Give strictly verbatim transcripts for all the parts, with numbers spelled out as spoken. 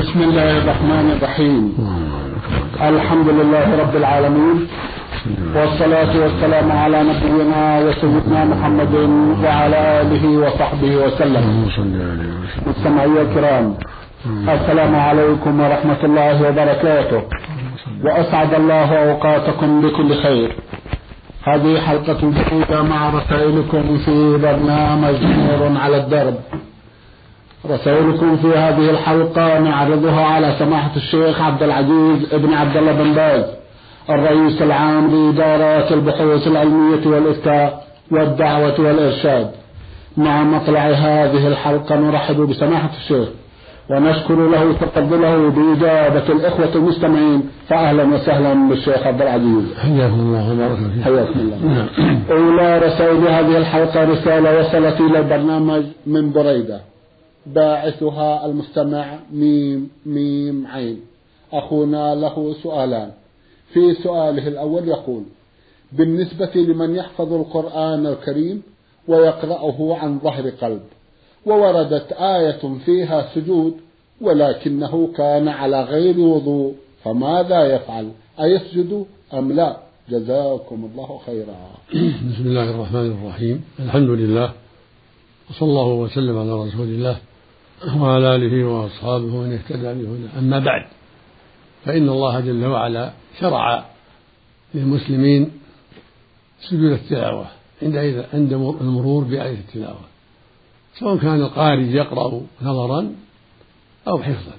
بسم الله الرحمن الرحيم. الحمد لله رب العالمين، والصلاة والسلام على نبينا وسيدنا محمد وعلى آله وصحبه وسلم. مستمعي الكرام، السلام عليكم ورحمة الله وبركاته، وأسعد الله أوقاتكم بكل خير. هذه حلقة جديدة مع رسائلكم في برنامج نور على الدرب. رسائلكم في هذه الحلقة نعرضها على سماحة الشيخ عبد العزيز ابن عبد الله بن باز، الرئيس العام لإدارات البحوث العلمية والإفتاء والدعوة والإرشاد. مع مطلع هذه الحلقة نرحب بسماحة الشيخ ونشكر له تفضله بإجابة الإخوة المستمعين. فأهلا وسهلا بالشيخ عبد العزيز، حياكم الله وبارك فيك. حياكم الله. أولى رسائل هذه الحلقة رسالة وصلت إلى البرنامج من بريدة، باعثها المستمع ميم ميم عين. أخونا له سؤالان. في سؤاله الأول يقول: بالنسبة لمن يحفظ القرآن الكريم ويقرأه عن ظهر قلب، ووردت آية فيها سجود ولكنه كان على غير وضوء، فماذا يفعل؟ أيسجد أم لا؟ جزاكم الله خيرا. بسم الله الرحمن الرحيم. الحمد لله، وصلى الله وسلم على رسول الله وعلى آله وأصحابه ومن اهتدى بهداه. أما بعد، فإن الله جل وعلا شرع للمسلمين سجود التلاوة عند عند المرور بآية التلاوة، سواء كان القارئ يقرأ نظرا أو حفظا.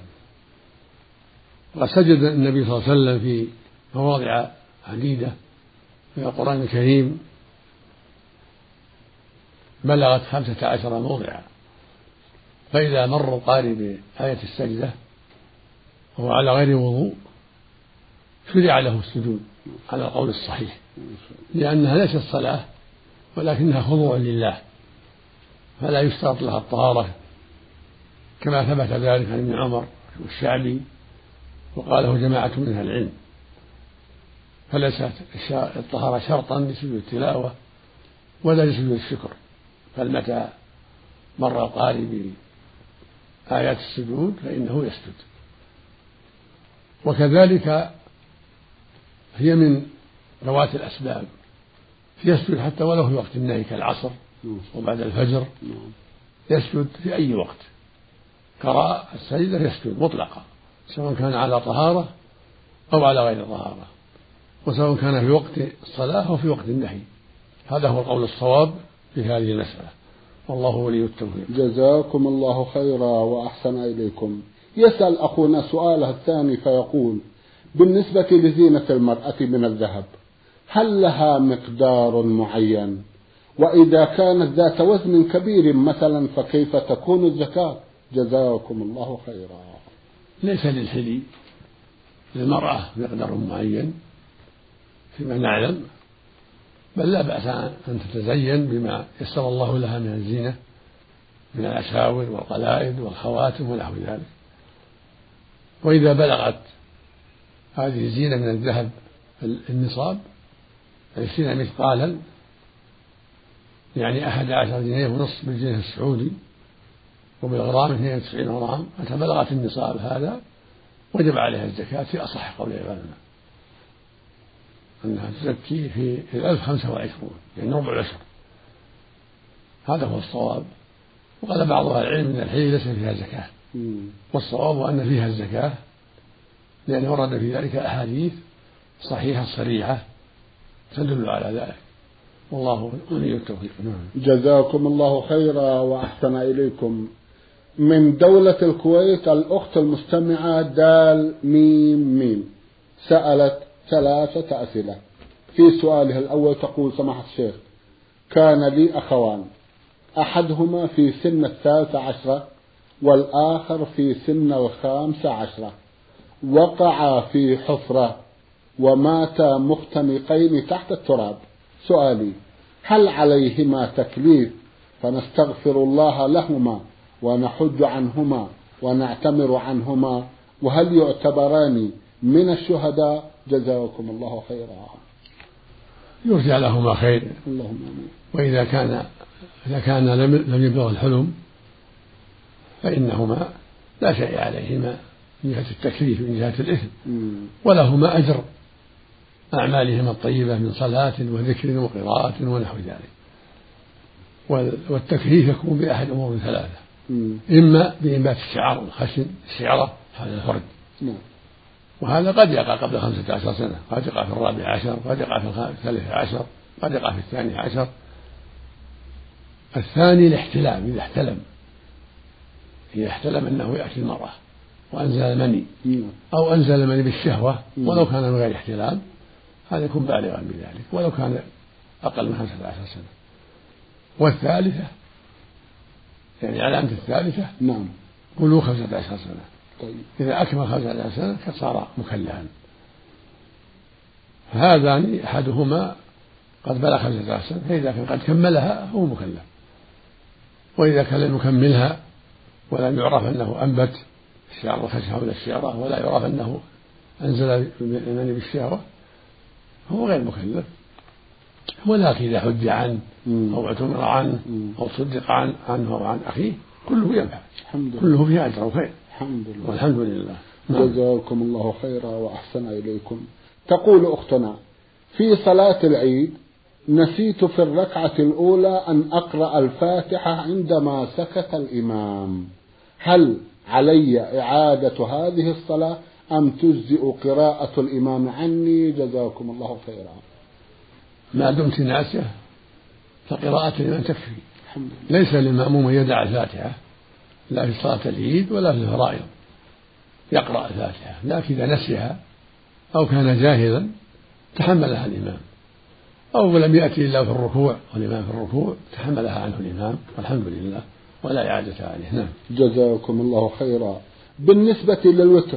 وسجد النبي صلى الله عليه وسلم في مواضع عديدة من القرآن الكريم بلغت خمسة عشر موضعا. فإذا مر القارئ بآية السجدة وهو على غير وضوء شرع له السجود على القول الصحيح، لأنها ليست صلاة ولكنها خضوع لله، فلا يشترط لها الطهارة كما ثبت ذلك عن ابن عمر والشعبي وقاله جماعة من أهل العلم. فليست الطهارة شرطا لسجود التلاوة ولا لسجود الشكر، فمتى مر القارئ بآيات السجود فإنه يسجد. وكذلك هي من ذوات الأسباب، يسجد حتى ولو في وقت النهي كالعصر وبعد الفجر، يسجد في أي وقت قرأ السجدة يسجد مطلقا، سواء كان على طهارة أو على غير طهارة، وسواء كان في وقت الصلاة أو في وقت النهي. هذا هو القول الصواب في هذه المسألة، والله ولي التوفيق. جزاكم الله خيرا وأحسن إليكم. يسأل أخونا سؤاله الثاني فيقول: بالنسبة لزينة المرأة من الذهب، هل لها مقدار معين؟ وإذا كانت ذات وزن كبير مثلا فكيف تكون الزكاة؟ جزاكم الله خيرا. ليس للحلي للمرأة مقدار معين فيما نعلم، بل لا بأس أن تتزين بما يسر الله لها من الزينة من الأساور والقلائد والخواتم ونحو ذلك. وإذا بلغت هذه الزينة من الذهب النصاب عشرين مثقالا، يعني أحد عشر جنيه ونصف بالجنيه السعودي، وبالغرام اثنين وتسعين غرام، متى بلغت النصاب هذا وجب عليها الزكاة في أصح قول العلماء، أنها تزكي في الألف خمسة وعشرون، يعني ربع العشر. هذا هو الصواب. وقال بعض أهل العلم أن الحلي ليس فيها زكاة، والصواب أن فيها الزكاة، لأن ورد في ذلك أحاديث صحيحة صريحة تدل على ذلك، والله ولي التوفيق. جزاكم الله خيرا وأحسن إليكم. من دولة الكويت الأخت المستمعة دال ميم ميم سألت ثلاثة أسئلة. في سؤالها الأول تقول: سماحة الشيخ، كان لي أخوان، أحدهما في سن الثالثة عشرة والآخر في سن الخامسة عشرة، وقعا في حفرة وماتا مختنقين تحت التراب. سؤالي: هل عليهما تكليف فنستغفر الله لهما ونحج عنهما ونعتمر عنهما، وهل يعتبران من الشهداء؟ جزاكم الله خيرا. يرجى لهما خير، اللهم آمين. وإذا كان إذا كان لم يبلغ الحلم فإنهما لا شيء عليهما من جهة التكليف من جهة الإثم، ولهما أجر أعمالهما الطيبة من صلاة وذكر وقراءة ونحو ذلك. والتكليف يكون بأحد أمور ثلاثة: إما بإنبات الشعر خشن الشعرة هذا الفرد، وهذا قد يقع قبل خمسة عشر سنة، قد يقع في الرابع عشر، قد يقع في الثالث عشر، قد يقع في الثاني عشر. الثاني الاحتلام، إذا احتلم إذا احتلم أنه يأتي المرأة وأنزل المني أو أنزل المني بالشهوة ولو كان من غير احتلام، هذا يكون بالغا بذلك ولو كان أقل من خمسة عشر سنة. والثالثة يعني علامة الثالثة نعم بلوغ خمسة عشر سنة. طيب. إذا أكمل خمسة عشر سنة صار مكلفا. هذان أحدهما قد بلغ خمسة عشر سنة، فإذا كان قد كملها هو مكلف، وإذا كان لم يكملها ولم يعرف أنه أنبت الشعر الخشن حول الشعرة ولا يعرف أنه أنزل المني بالشهوة هو غير مكلف. ولكن إذا حج عنه أو اعتمر عنه أو صدق عنه أو عن أخيه كله ينفع، كله فيه أجر وخير. الحمد لله. والحمد لله. جزاكم الله خيرا وأحسن إليكم. تقول أختنا: في صلاة العيد نسيت في الركعة الأولى أن أقرأ الفاتحة عندما سكت الإمام، هل علي إعادة هذه الصلاة أم تجزئ قراءة الإمام عني؟ جزاكم الله خيرا. ما دمت ناسية فقراءة الإمام تكفي، ليس للمأموم أن يدع الفاتحة لا في صلاة العيد ولا في الفرائض، يقرأ الفاتحة، لكن إذا نسيها أو كان جاهلا تحملها الإمام، أو لم يأتي إلا في الركوع والإمام في الركوع تحملها عنه الإمام والحمد لله ولا إعادة عليه. نعم. جزاكم الله خيرا. بالنسبة للوتر،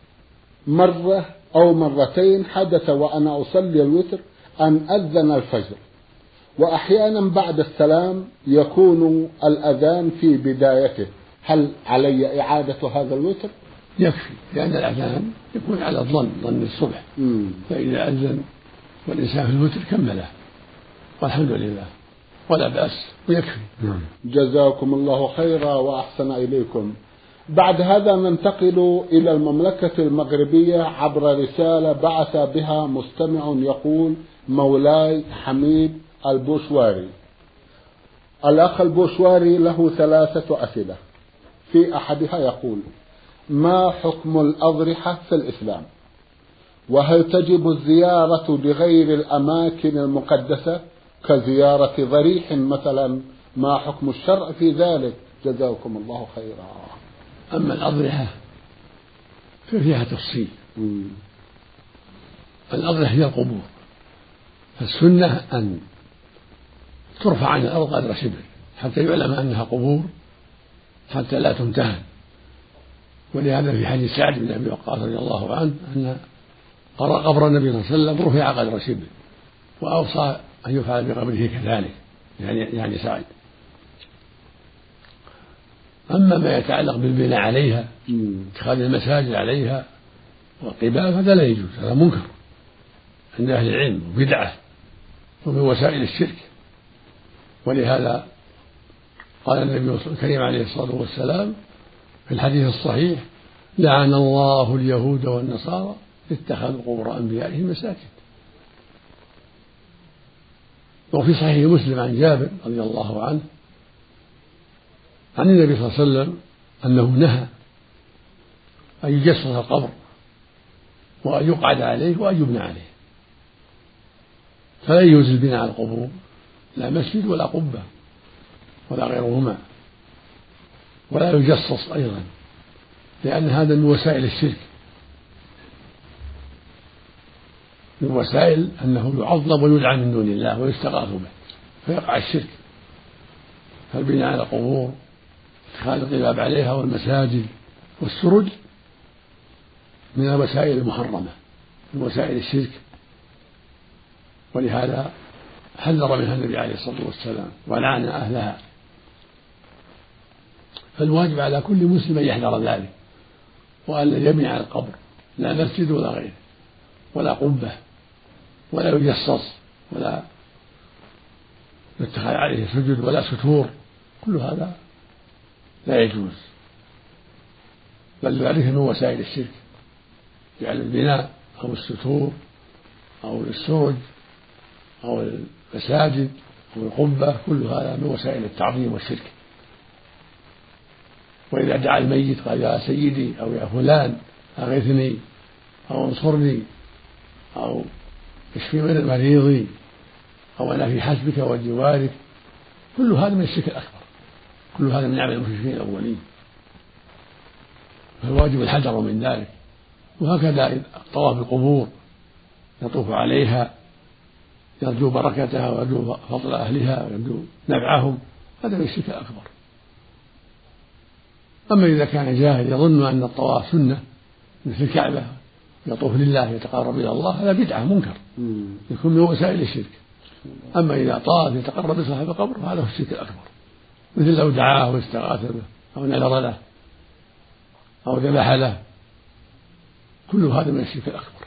مرة أو مرتين حدث وأنا أصلي الوتر أن أذن الفجر، وأحيانا بعد السلام يكون الأذان في بدايته، هل علي إعادة هذا الوتر؟ يكفي، لأن الأذان يكون على الظن، ظن الصبح، مم. فإذا أذن والإنسان في الوتر كمله والحمد لله ولا بأس ويكفي. نعم. جزاكم الله خيرا وأحسن إليكم. بعد هذا ننتقل إلى المملكة المغربية عبر رسالة بعث بها مستمع يقول: مولاي حميد البوشواري. الأخ البوشواري له ثلاثة أسئلة. في أحدها يقول: ما حكم الأضرحة في الإسلام؟ وهل تجب الزيارة لغير الأماكن المقدسة كزيارة ضريح مثلا؟ ما حكم الشرع في ذلك؟ جزاكم الله خيرا. أما الأضرحة ففيها تفصيل. مم. الأضرحة هي القبور، فالسنة أن ترفع عن الأرض قدر شبر حتى يعلم أنها قبور حتى لا تمتهن. ولهذا في حديث سعد بن أبي وقاص رضي الله عنه أن قبر النبي صلى الله عليه وسلم رفع قدر شبر، وأوصى أن يفعل بقبره كذلك، يعني يعني سعد. أما ما يتعلق بالبناء عليها اتخاذ المساجد عليها والقباب هذا لا يجوز، هذا منكر عند أهل العلم وبدعة ومن وسائل الشرك. ولهذا قال النبي الكريم عليه الصلاة والسلام في الحديث الصحيح: لعن الله اليهود والنصارى اتخذوا قبور أنبيائهم مساجد. وفي صحيح مسلم عن جابر رضي الله عنه عن النبي صلى الله عليه وسلم أنه نهى أن يجسس القبر وأن يقعد عليه وأن يبنى عليه، فلا يجوز البناء على القبور، لا مسجد ولا قبة ولا غيرهما، ولا يجصص أيضا، لأن هذا من وسائل الشرك، من وسائل أنه يعظم ويدعى من دون الله ويستغاث به فيقع الشرك. فالبناء على القبور اتخاذ القباب عليها والمساجد والسرج من الوسائل المحرمة، من وسائل الشرك، ولهذا حذر منها النبي عليه الصلاة والسلام ولعن أهلها. فالواجب على كل مسلم أن يحذر ذلك وأن لا يبني على القبر لا مسجد ولا غيره ولا قبة ولا يجصص ولا يتخذ عليه سجد ولا ستور، كل هذا لا يجوز. بل ذلك من وسائل الشرك، جعل البناء أو الستور أو السرج أو المساجد أو القبة كل هذا من وسائل التعظيم والشرك. وإذا دعا الميت قال يا سيدي أو يا فلان أغثني أو انصرني أو اشفي من مريضي أو أنا في حسبك وجوارك، كل هذا من الشرك الأكبر، كل هذا من عمل المشركين الأولين، فالواجب الحذر من ذلك. وهكذا الطواف بالقبور يطوف عليها يرجو بركتها ويرجو فضل أهلها ويرجو نفعهم، هذا من الشرك الأكبر. أما إذا كان جاهل يظن أن الطواف سنة مثل الكعبة يطوف لله يتقرب إلى الله، هذا بدعة منكر يكون من وسائل الشرك. أما إذا طاف يتقرب لصاحب القبر هذا هو الشرك الأكبر، مثل لو دعاه واستغاث به أو نذر له أو ذبح له، كل هذا من الشرك الأكبر.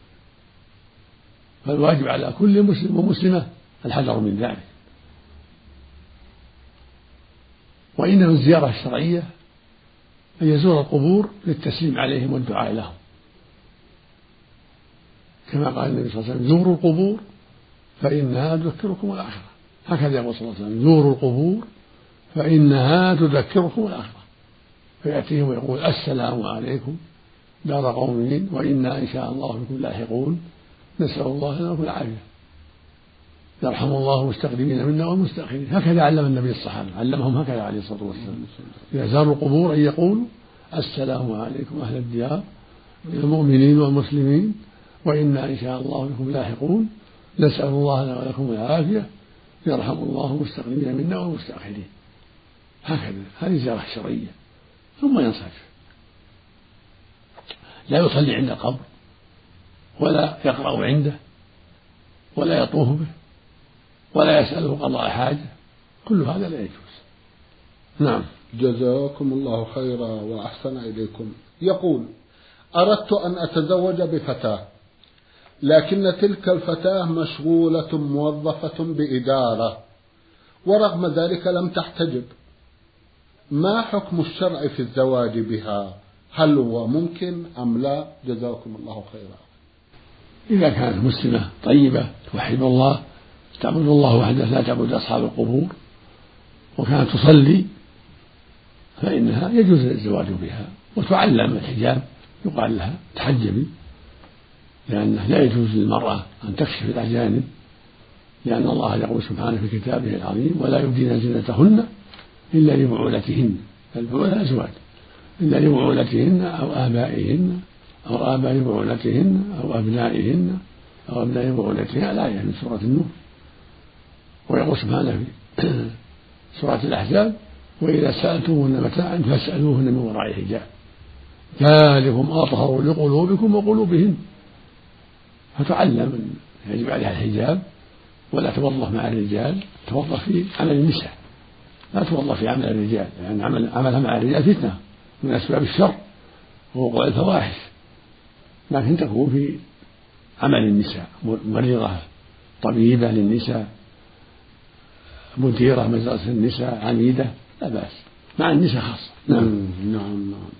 فالواجب على كل مسلم ومسلمة الحذر من ذلك. وإنما الزيارة الشرعية أن يزور القبور للتسليم عليهم والدعاء لهم، كما قال النبي صلى الله عليه وسلم زوروا القبور فإنها تذكركم الآخرة. هكذا يقول صلى الله عليه وسلم زوروا القبور فإنها تذكركم الآخرة، فيأتيهم ويقول السلام عليكم دار قوم وإنا إن شاء الله بكم لاحقون نسأل الله لنا ولكم العافية يرحم الله المستقدمين منا والمستأخرين. هكذا علم النبي الصحابة، علمهم هكذا عليه الصلاة والسلام، إذا زاروا القبور أن يقولوا السلام عليكم أهل الديار المؤمنين والمسلمين وإنا إن شاء الله بكم لاحقون نسأل الله لنا ولكم العافية يرحم الله المستقدمين منا والمستأخرين. هكذا هذه زيارة شرعية. ثم ينصرف، لا يصلي عند القبر ولا يقرأ عنده ولا يطوف به ولا يسأله قضاء حاجة، كل هذا لا يجوز. نعم. جزاكم الله خيرا وأحسن إليكم. يقول أردت أن أتزوج بفتاة لكن تلك الفتاة مشغولة موظفة بإدارة ورغم ذلك لم تحتجب، ما حكم الشرع في الزواج بها؟ هل هو ممكن أم لا؟ جزاكم الله خيرا. إذا كانت مسلمة طيبة توحد الله تعبد الله وحده لا تعبد أصحاب القبور وكانت تصلي فإنها يجوز الزواج بها وتعلم الحجاب، يقال لها تحجبي، لأنه لا يجوز للمرأة أن تكشف الأجانب، لأن الله يقول سبحانه في كتابه العظيم ولا يبدين زينتهن إلا لبعولتهن، البعولة أزواج، إلا لبعولتهن أو آبائهن أو آباء بعولتهن أو أبنائهن أو أبناء بعولتهن، الآية من سورة النور. ويقول سبحانه في سورة الأحزاب وإذا سألتموهن متاعا فاسألوهن من وراء حجاب ذلكم أطهر لقلوبكم وقلوبهن. فتعلم يجب عليها الحجاب ولا توظف مع الرجال، توظف في عمل النساء لا توظف في عمل الرجال، لأن يعني عمل عملها مع الرجال فتنة من أسباب الشر ووقوع الفواحش، لكن تكون في عمل النساء، مريضة طبيبة للنساء، مديرة مدرسة النساء، عميدة، لا بأس، مع النساء خاصة. نعم نعم نعم.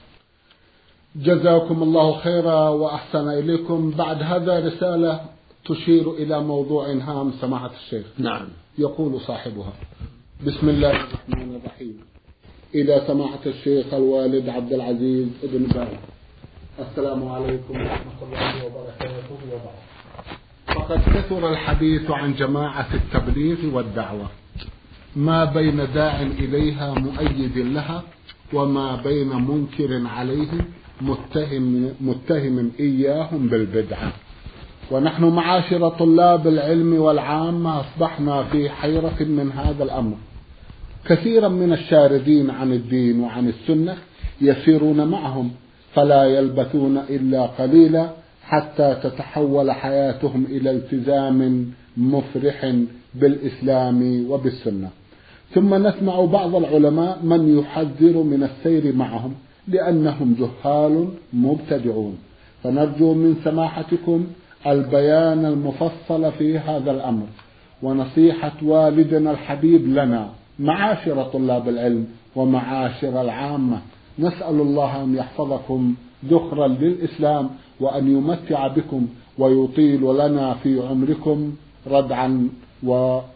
جزاكم الله خيرا وأحسن إليكم. بعد هذا رسالة تشير إلى موضوع هام سماحة الشيخ. نعم. يقول صاحبها: بسم الله الرحمن الرحيم. إلى سماحة الشيخ الوالد عبد العزيز ابن باز، السلام عليكم ورحمة الله وبركاته وبعد. فقد كثر الحديث عن جماعة التبليغ والدعوة، ما بين داع إليها مؤيد لها وما بين منكر عليه متهم, متهم إياهم بالبدعة. ونحن معاشر طلاب العلم والعامة أصبحنا في حيرة من هذا الأمر. كثيرا من الشاردين عن الدين وعن السنة يسيرون معهم فلا يلبثون إلا قليلا حتى تتحول حياتهم إلى التزام مفرح بالإسلام وبالسنة. ثم نسمع بعض العلماء من يحذر من السير معهم لأنهم جهال مبتدعون، فنرجو من سماحتكم البيان المفصل في هذا الأمر ونصيحة والدنا الحبيب لنا معاشر طلاب العلم ومعاشر العامة نسأل الله أن يحفظكم ذخرا للإسلام وأن يمتع بكم ويطيل لنا في عمركم ردعا وردءا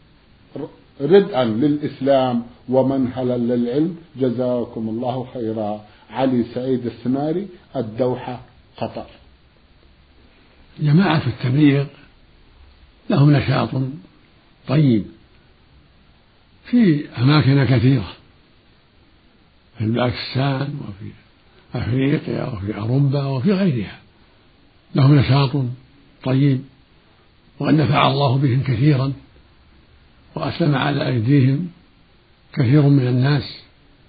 للإسلام ومنهلا للعلم. جزاكم الله خيرا. علي سعيد السناري، الدوحة، قطر. جماعة التبليغ لهم نشاط طيب في أماكن كثيرة، في الباكستان وفي أفريقيا وفي أوروبا وفي غيرها، لهم نشاط طيب وقد نفع الله بهم كثيرا وأسلم على أيديهم كثير من الناس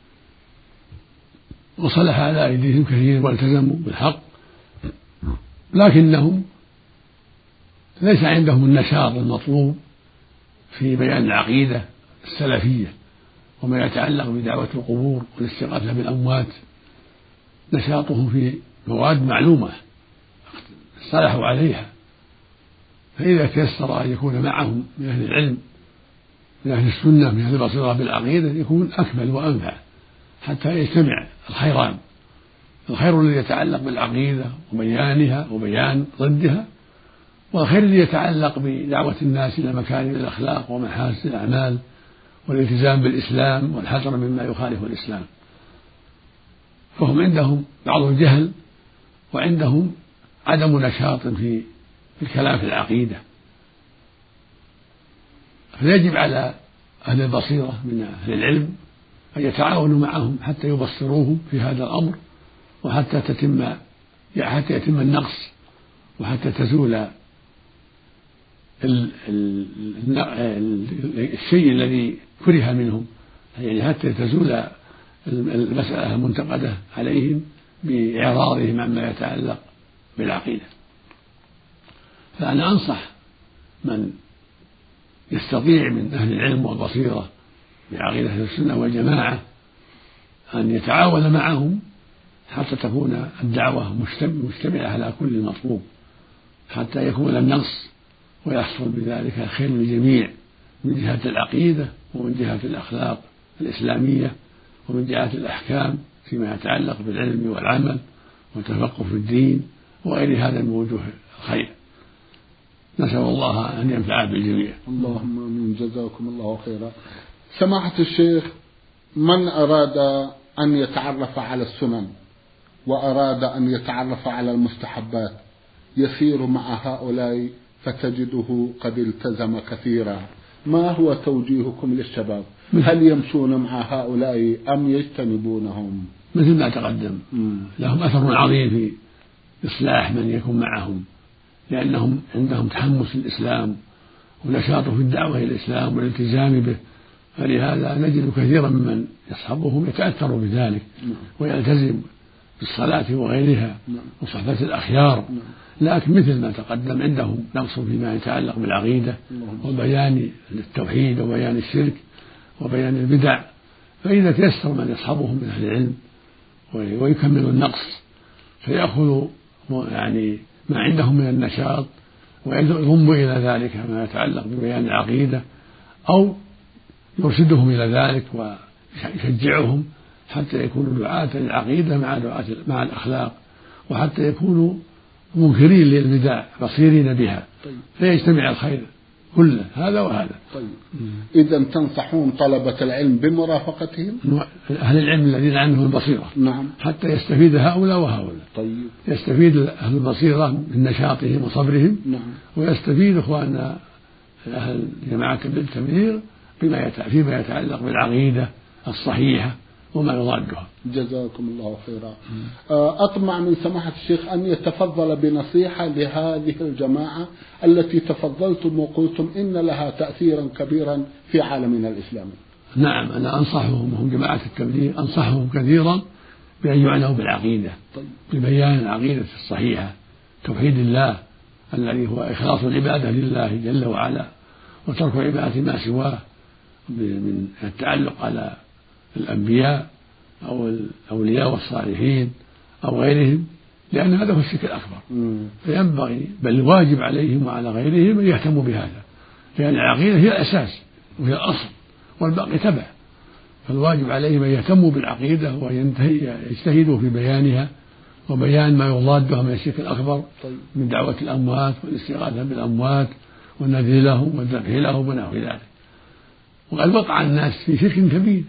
وصلح على أيديهم كثير والتزموا بالحق، لكنهم ليس عندهم النشاط المطلوب في بيان العقيدة السلفية وما يتعلق بدعوة القبور والاستغاثة بالأموات. نشاطهم في مواد معلومة اصطلحوا عليها، فإذا تيسر أن يكون معهم من أهل العلم من أهل السنة من أهل البصيرة بالعقيدة يكون أكمل وأنفع حتى يجتمع الخيران، الخير الذي يتعلق بالعقيدة وبيانها وبيان ضدها، والخير الذي يتعلق بدعوة الناس إلى مكارم الأخلاق ومحاسن الأعمال والالتزام بالإسلام والحذر مما يخالف الإسلام. فهم عندهم بعض الجهل وعندهم عدم نشاط في الكلام في العقيدة، فيجب على أهل البصيرة من أهل العلم أن يتعاونوا معهم حتى يبصروهم في هذا الأمر وحتى تتم حتى يتم النقص وحتى تزول ال ال ال الشيء الذي كره منهم، يعني حتى تزول المسألة المنتقدة عليهم بإعراضهم عما يتعلق بالعقيدة. فأنا أنصح من يستطيع من أهل العلم والبصيرة بعقيدة السنة والجماعة أن يتعاون معهم حتى تكون الدعوة مشتملة على كل المطلوب، حتى يكون النقص ويحصل بذلك الخير للجميع من جهة العقيدة ومن جهة الأخلاق الإسلامية ومن جهة الأحكام فيما يتعلق بالعلم والعمل والتفقه في الدين وغير هذا من وجوه الخير. نسأل الله أن ينفع بالجميع. اللهم آمين. جزاكم الله خيرا. سماحة الشيخ، من أراد أن يتعرف على السنن وأراد أن يتعرف على المستحبات يسير مع هؤلاء فتجده قد التزم كثيرا، ما هو توجيهكم للشباب؟ هل يمشون مع هؤلاء أم يجتنبونهم؟ مثل ما تقدم م. لهم أثر عظيم في إصلاح من يكون معهم، لأنهم عندهم تحمس للإسلام ونشاط في الدعوة إلى الإسلام والالتزام به، فلهذا نجد كثيرا ممن يصحبهم يتأثر بذلك ويلتزم بالصلاة وغيرها وصحبة الأخيار، لكن مثل ما تقدم عندهم نقص فيما يتعلق بالعقيدة وبيان التوحيد وبيان الشرك وبيان البدع، فإذا تيسر من يصحبهم من أهل العلم ويكمل النقص فيأخذ يعني ما عندهم من النشاط ويضم إلى ذلك ما يتعلق ببيان العقيدة أو يرشدهم إلى ذلك ويشجعهم حتى يكونوا دعاة للعقيدة مع دعاة مع الأخلاق، وحتى يكونوا منكرين للبدع بصيرين بها. طيب. فيجتمع الخير كله هذا وهذا. طيب. إذا تنصحون طلبة العلم بمرافقتهم؟ أهل العلم الذين عندهم البصيرة. نعم. حتى يستفيد هؤلاء وهؤلاء. طيب. يستفيد أهل البصيرة من نشاطهم وصبرهم. نعم. ويستفيد إخواننا أهل جماعة التبليغ بما فيما يتعلق بالعقيدة الصحيحة وما يضادها. جزاكم الله خيرا. أطمع من سماحة الشيخ أن يتفضل بنصيحة لهذه الجماعة التي تفضلتم وقلتم إن لها تأثيرا كبيرا في عالمنا الإسلامي. نعم، أنا أنصحهم هم جماعة التبليغ أنصحهم كثيرا بأن يعنوا بالعقيدة. طيب. ببيان العقيدة الصحيحة، توحيد الله الذي هو إخلاص العبادة لله جل وعلا وترك عبادة ما سواه من التعلق على الأنبياء أو الأولياء والصالحين أو غيرهم، لأن هذا هو الشرك الأكبر. مم. فينبغي بل الواجب عليهم وعلى غيرهم أن يهتموا بهذا، لأن العقيدة هي الأساس وهي الأصل والباقي تبع، فالواجب عليهم أن يهتموا بالعقيدة ويجتهدوا في بيانها وبيان ما يضادها من الشرك الأكبر من دعوة الأموات والاستغاثة بالأموات والنذر لهم والذبح لهم ونحو ذلك. وقد وقع الناس في شرك كبير،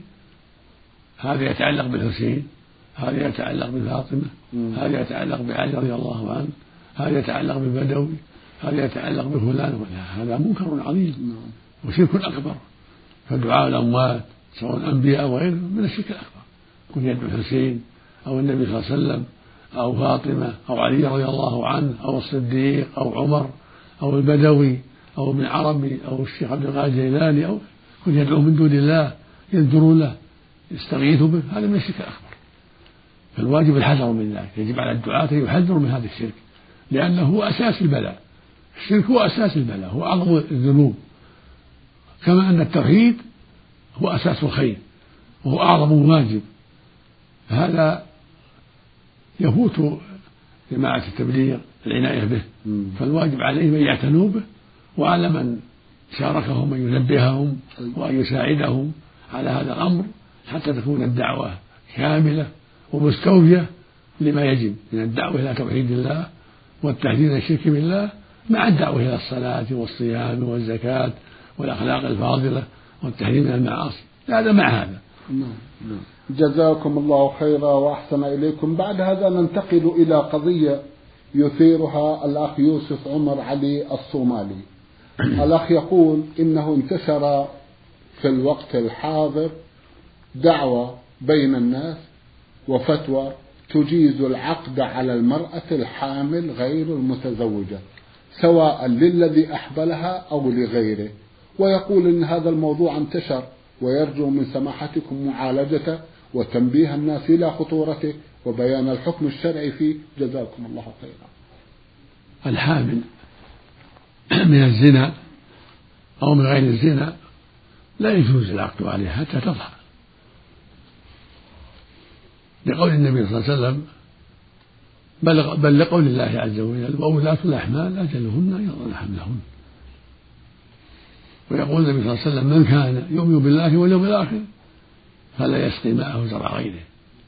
هذا يتعلق بالحسين، هذا يتعلق بفاطمة، هذا يتعلق بعلي رضي الله عنه، هذا يتعلق بالبدوي، هذا يتعلق بفلان، هذا منكر عظيم وشرك أكبر. فدعاء الأموات سواء الأنبياء أو غيرهم من الشرك الأكبر، كن يدعو الحسين أو النبي صلى الله عليه وسلم أو فاطمة أو علي رضي الله عنه أو الصديق أو عمر أو البدوي أو ابن عربي أو الشيخ عبد القادر الجيلاني، أو كن يدعو من دون الله ينذر له يستغيث به، هذا من الشرك الأكبر. فالواجب الحذر من ذلك، يجب على الدعاة أن يحذروا من هذا الشرك، لأنه هو أساس البلاء. الشرك هو أساس البلاء، هو أعظم الذنوب، كما أن التوحيد هو أساس الخير وهو أعظم واجب. هذا يفوت جماعة التبليغ العناية به، فالواجب عليهم أن يعتنوا به، وعلى من شاركهم أن ينبههم وأن يساعدهم على هذا الأمر حتى تكون الدعوة كاملة ومستوفية لما يجب من الدعوة إلى توحيد الله والتحذير من الشرك بالله، مع الدعوة إلى الصلاة والصيام والزكاة والأخلاق الفاضلة والتحذير من المعاصي، هذا مع هذا. جزاكم الله خيرا وأحسن إليكم. بعد هذا ننتقل إلى قضية يثيرها الأخ يوسف عمر علي الصومالي. الأخ يقول إنه انتشر في الوقت الحاضر دعوة بين الناس وفتوى تجيز العقد على المرأة الحامل غير المتزوجة سواء للذي أحبلها أو لغيره، ويقول إن هذا الموضوع انتشر ويرجو من سماحتكم معالجته وتنبيه الناس إلى خطورته وبيان الحكم الشرعي فيه، جزاكم الله خيرا. الحامل من الزنا أو من غير الزنا لا يجوز العقد عليها حتى تضحى، لقول النبي صلى الله عليه وسلم بل, بل لقول الله عز وجل وأولاة الأحمال أجلهن يضعن حملهن. ويقول النبي صلى الله عليه وسلم من كان يؤمن بالله واليوم الآخر فلا يسقي ماءه زرع غيره.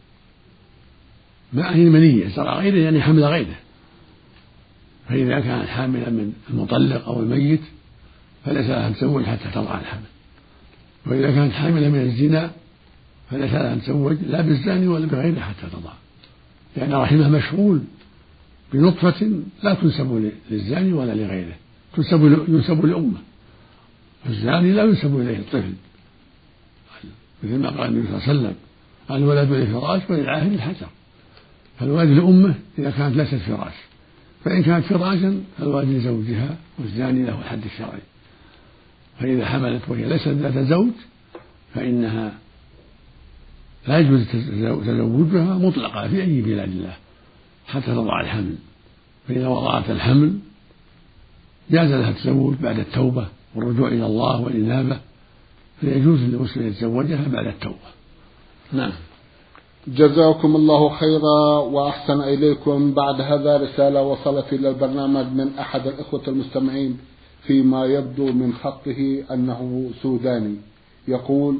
ماء المنية زرع غيره يعني حمل غيره، فإذا كان حاملا من المطلق أو الميت فليس لها أن تزوج حتى تضع الحمل، وإذا كانت حاملا من الزنا فليس لها أن تزوج لا بالزاني ولا بغيره حتى تضع، لأن رحمها مشغول بنطفة لا تنسب للزاني ولا لغيره، تنسب ينسب لأمه، الزاني لا ينسب إليه الطفل، مثل ما قال النبي صلى الله عليه وسلم الولد للفراش وللعاهر الحجر، فالولد لأمه إذا كانت ليست فراش، فإن كانت فراشا فالولد لزوجها والزاني له الحد الشرعي. فإذا حملت وهي ليست ذات زوج فإنها لا يجوز تزوجها مطلقة في أي بلاد الله حتى تضع الحمل، فإذا وضعت الحمل جاز لها التزوج بعد التوبة والرجوع إلى الله والإنابة، فيجوز للمسلم يتزوجها بعد التوبة. نعم. جزاكم الله خيرا وأحسن إليكم. بعد هذا رسالة وصلت إلى البرنامج من أحد الإخوة المستمعين فيما يبدو من خطه أنه سوداني، يقول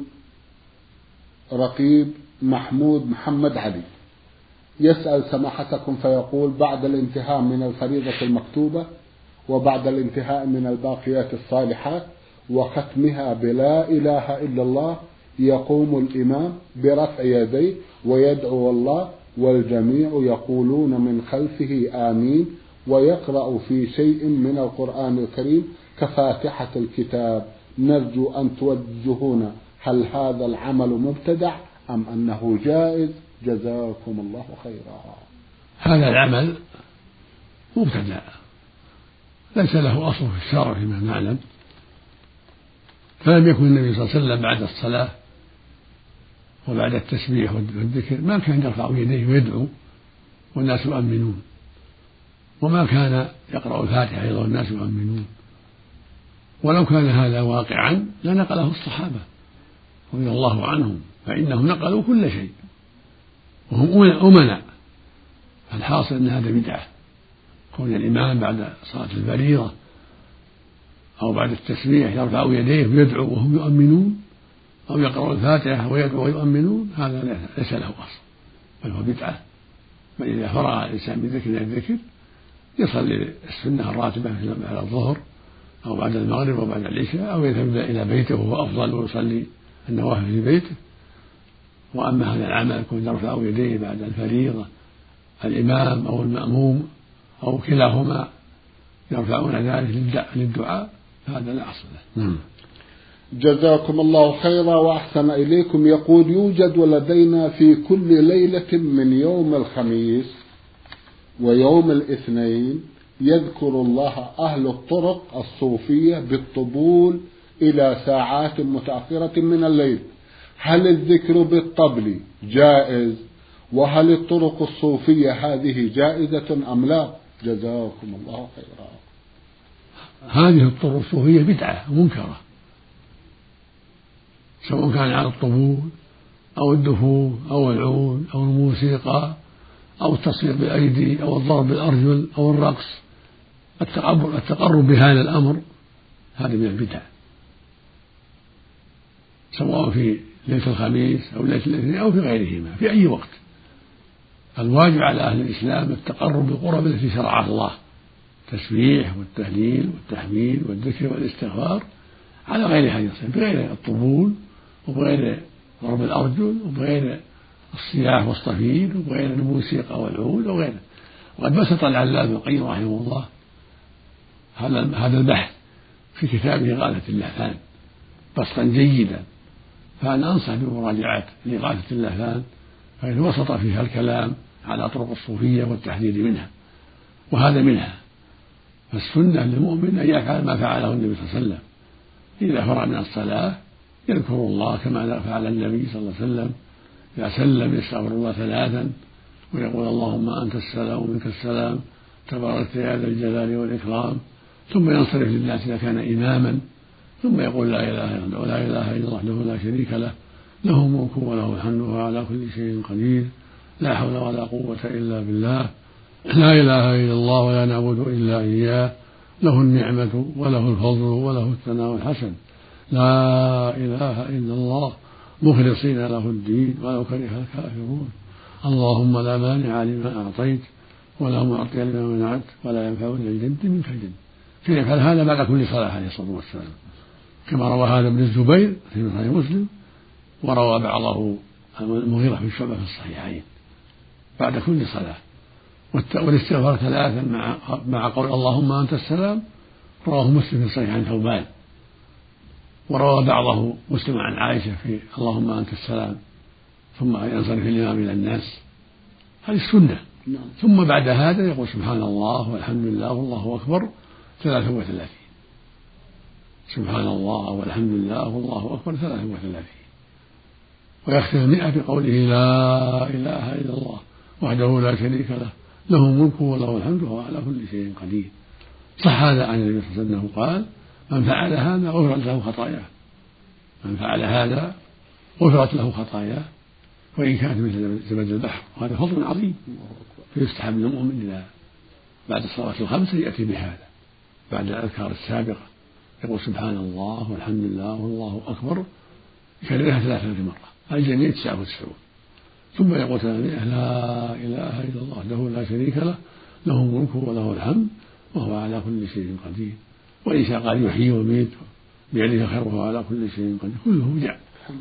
رقيب محمود محمد علي، يسأل سماحتكم فيقول بعد الانتهاء من الفريضة المكتوبة وبعد الانتهاء من الباقيات الصالحات وختمها بلا إله إلا الله يقوم الإمام برفع يديه ويدعو الله والجميع يقولون من خلفه آمين ويقرأ في شيء من القرآن الكريم كفاتحة الكتاب، نرجو أن توجهونا هل هذا العمل مبتدع أم أنه جائز؟ جزاكم الله خيرا. هذا العمل مبتدع ليس له أصل في الشرع فيما نعلم، فلم يكن النبي صلى الله عليه وسلم بعد الصلاة وبعد التسبيح والذكر ما كان يرفع يديه ويدعو والناس يؤمنون، وما كان يقرأ الفاتحة أيضا والناس يؤمنون، ولو كان هذا واقعا لنقله الصحابة رضي الله عنهم، فإنهم نقلوا كل شيء وهم أمناء. فالحاصل أن هذا بدعة، كون الإمام بعد صلاة الفريضة أو بعد التسبيح يرفع يديه ويدعو وهم يؤمنون، أو يقرأ الفاتحة ويدعو ويؤمنون هذا ليس له أصل بل هو بدعة. بل إذا فرغ الإنسان من ذكر الذكر يصلي السنة الراتبة بعد الظهر أو بعد المغرب أو بعد العشاء أو يذهب إلى بيته وهو أفضل ويصلي النوافل في بيته. وأما هذا العمل يكون يرفع يديه بعد الفريضة الإمام أو المأموم أو كلاهما يرفعون ذلك للدعاء فهذا لا أصل له. جزاكم الله خيرا وأحسن إليكم. يقول يوجد لدينا في كل ليلة من يوم الخميس ويوم الاثنين يذكر الله أهل الطرق الصوفية بالطبول إلى ساعات متأخرة من الليل، هل الذكر بالطبل جائز؟ وهل الطرق الصوفية هذه جائزة أم لا؟ جزاكم الله خيرا. هذه الطرق الصوفية بدعة منكرة، سواء كان على الطبول أو الدفوف أو العود أو الموسيقى أو التصفيق بالأيدي أو الضرب بالأرجل أو الرقص. التقرب بهذا الأمر هذا من البدع، سواء في ليلة الخميس أو ليلة الاثنين أو في غيرهما في أي وقت. الواجب على أهل الإسلام التقرب بالقرب التي شرعها الله، التسبيح والتهليل والتحميد والذكر والاستغفار على غير هذه الصفة، بغير الطبول وبغير ضرب الأرجل وبغير الصياح والصفير وبغير الموسيقى والعود وغيره. وقد بسط العلامة ابن القيم رحمه الله هذا البحث في كتابه إغاثة اللهفان بسطا جيدا، فأنا أنصح بمراجعة إغاثة اللهفان فإن وسط فيها الكلام على طرق الصوفية والتحذير منها، وهذا منها. فالسنة للمؤمن أن يفعل ما فعله النبي صلى الله عليه وسلم، إذا فرغ من الصلاة يذكر الله كما فعل النبي صلى الله عليه وسلم، إذا سلم يستغفر الله ثلاثا ويقول اللهم أنت السلام ومنك السلام تباركت يا ذا الجلال والإكرام، ثم ينصرف للناس إذا كان إماما ثم يقول لا إله إلا الله ولا إله إلا الله وحده لا شريك له له الملك وله الحمد وهو على كل شيء قدير لا حول ولا قوة إلا بالله لا إله إلا الله ولا نعبد إلا إياه له النعمة وله الفضل وله الثناء الحسن لا إله إلا الله مخلصين له الدين ولو كره الكافرون اللهم لا مانع لما أعطيت ولا معطي لما منعت ولا ينفع ذا الجد منك الجد. فيفعل هذا بعد كل صلاة عليه الصلاة والسلام، كما روى هذا ابن الزبير في صحيح مسلم، وروى بعضه المغيرة في الشعبة في الصحيحين بعد كل صلاة. والاستغفار ثلاثا مع مع قول اللهم أنت السلام رواه مسلم في صحيح عن ثوبان، وروى بعضه مسلم عن عائشة في اللهم أنت السلام ثم ينصرف الإمام إلى الناس. هذه السنة. ثم بعد هذا يقول سبحان الله والحمد لله والله أكبر ثلاثة وثلاثين، سبحان الله والحمد لله والله أكبر ثلاثة وثلاثين، ويختم المئة بقوله لا إله إلا الله وحده لا شريك له له الملك وله الحمد وهو على كل شيء قدير. صح هذا عن النبي صلى الله عليه وسلم قال من فعل هذا غفرت له خطاياه، من فعل هذا غفرت له خطاياه وإن كانت مثل زبد البحر، وهذا فضل عظيم. فيستحب للمؤمن إذا بعد الصلاة الخمس يأتي بهذا بعد الأذكار السابقة، يقول سبحان الله والحمد لله والله أكبر يكررها ثلاثة مرة الجميع تسعة وتسعون، ثم يقول ثانية لا إله إلا الله وحده لا شريك له له الملك وله الحمد وهو على كل شيء قدير، وإن شاء قال يحيي ويميت بيده الخير وهو على كل شيء قدير، كله بدع.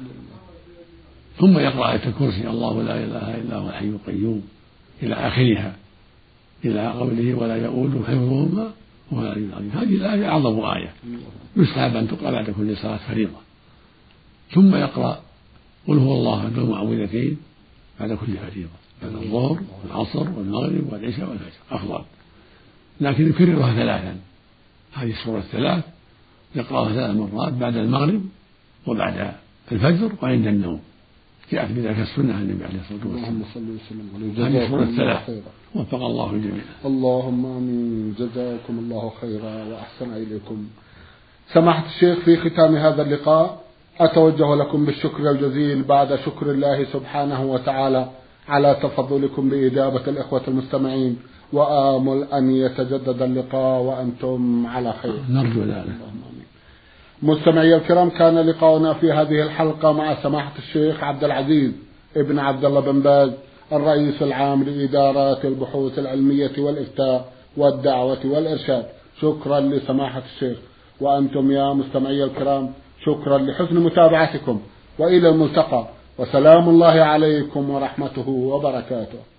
ثم يقرأ آية الكرسي الله لا إله إلا هو الحي القيوم إلى آخرها إلى قوله ولا يؤوده حفظهما وهو العلي العظيم. هذه الآية أعظم آية يستحب أن تقرأ بعد كل صلاة فريضة. ثم يقرأ قل هو الله أحد المعوذتين بعد كل فريضة بعد الظهر والعصر والمغرب والعشاء والفجر أفضل، لكن يكررها ثلاثا. هذه السورة الثلاث يقرأها ثلاث مرات بعد المغرب وبعد الفجر وعند النوم، جاءت بذلك السنة عن النبي عليه الصلاة والسلام. هذه سورة الثلاث وفق الله الجميع. اللهم آمين. جزاكم الله خيرا وأحسن إليكم. سماحة الشيخ، في ختام هذا اللقاء أتوجه لكم بالشكر الجزيل بعد شكر الله سبحانه وتعالى على تفضلكم بإجابة الإخوة المستمعين، وآمل أن يتجدد اللقاء وأنتم على خير. نرجو ذلك. مستمعي الكرام، كان لقاؤنا في هذه الحلقة مع سماحة الشيخ عبد العزيز ابن عبد الله بن باز، الرئيس العام لإدارات البحوث العلمية والإفتاء والدعوة والإرشاد. شكرا لسماحة الشيخ، وأنتم يا مستمعي الكرام شكرا لحسن متابعتكم، وإلى الملتقى، وسلام الله عليكم ورحمته وبركاته.